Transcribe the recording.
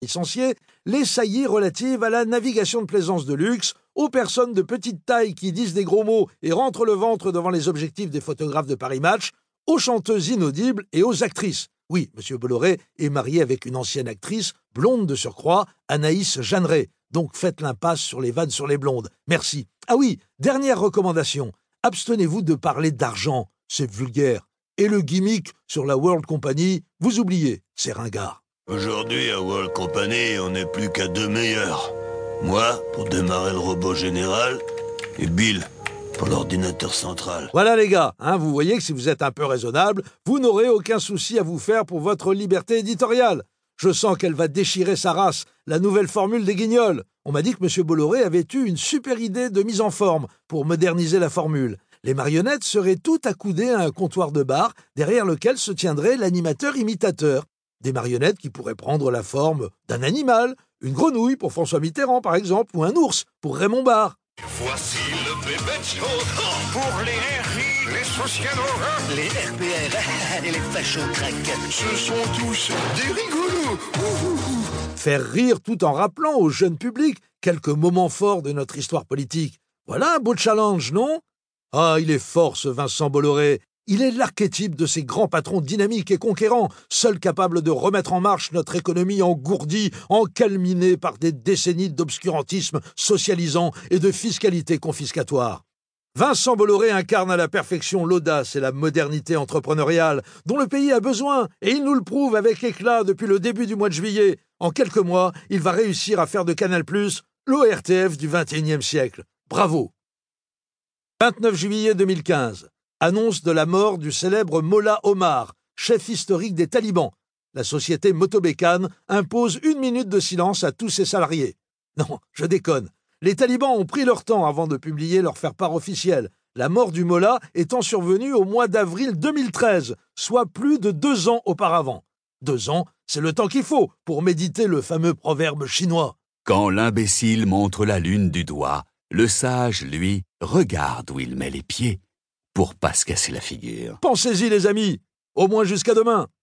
licenciés, les saillies relatives à la navigation de plaisance de luxe, aux personnes de petite taille qui disent des gros mots et rentrent le ventre devant les objectifs des photographes de Paris Match, aux chanteuses inaudibles et aux actrices. Oui, M. Bolloré est marié avec une ancienne actrice, blonde de surcroît, Anaïs Jeanneret. Donc faites l'impasse sur les vannes sur les blondes. Merci. Ah oui, dernière recommandation. Abstenez-vous de parler d'argent, c'est vulgaire. Et le gimmick sur la World Company, vous oubliez, c'est ringard. Aujourd'hui, à World Company, on n'est plus qu'à 2 meilleurs. Moi, pour démarrer le robot général, et Bill, pour l'ordinateur central. Voilà les gars, vous voyez que si vous êtes un peu raisonnable, vous n'aurez aucun souci à vous faire pour votre liberté éditoriale. Je sens qu'elle va déchirer sa race, la nouvelle formule des Guignols. On m'a dit que M. Bolloré avait eu une super idée de mise en forme pour moderniser la formule. Les marionnettes seraient toutes accoudées à un comptoir de bar derrière lequel se tiendrait l'animateur imitateur. Des marionnettes qui pourraient prendre la forme d'un animal, une grenouille pour François Mitterrand par exemple, ou un ours pour Raymond Barre. Voici le bébé show pour les RI, les socialos, les RPR et les fachos crack. Ce sont tous des rigolos. Faire rire tout en rappelant au jeune public quelques moments forts de notre histoire politique. Voilà un beau challenge, non ? Ah, il est fort ce Vincent Bolloré. Il est l'archétype de ces grands patrons dynamiques et conquérants, seuls capables de remettre en marche notre économie engourdie, encalminée par des décennies d'obscurantisme socialisant et de fiscalité confiscatoire. Vincent Bolloré incarne à la perfection l'audace et la modernité entrepreneuriale dont le pays a besoin, et il nous le prouve avec éclat depuis le début du mois de juillet. En quelques mois, il va réussir à faire de Canal+, l'ORTF du XXIe siècle. Bravo. 29 juillet 2015. Annonce de la mort du célèbre Mollah Omar, chef historique des talibans. La société Motobécane impose 1 minute de silence à tous ses salariés. Non, je déconne. Les talibans ont pris leur temps avant de publier leur faire-part officielle, la mort du Mollah étant survenue au mois d'avril 2013, soit plus de 2 ans auparavant. 2 ans, c'est le temps qu'il faut pour méditer le fameux proverbe chinois. Quand l'imbécile montre la lune du doigt, le sage, lui, regarde où il met les pieds pour pas se casser la figure. Pensez-y les amis, au moins jusqu'à demain.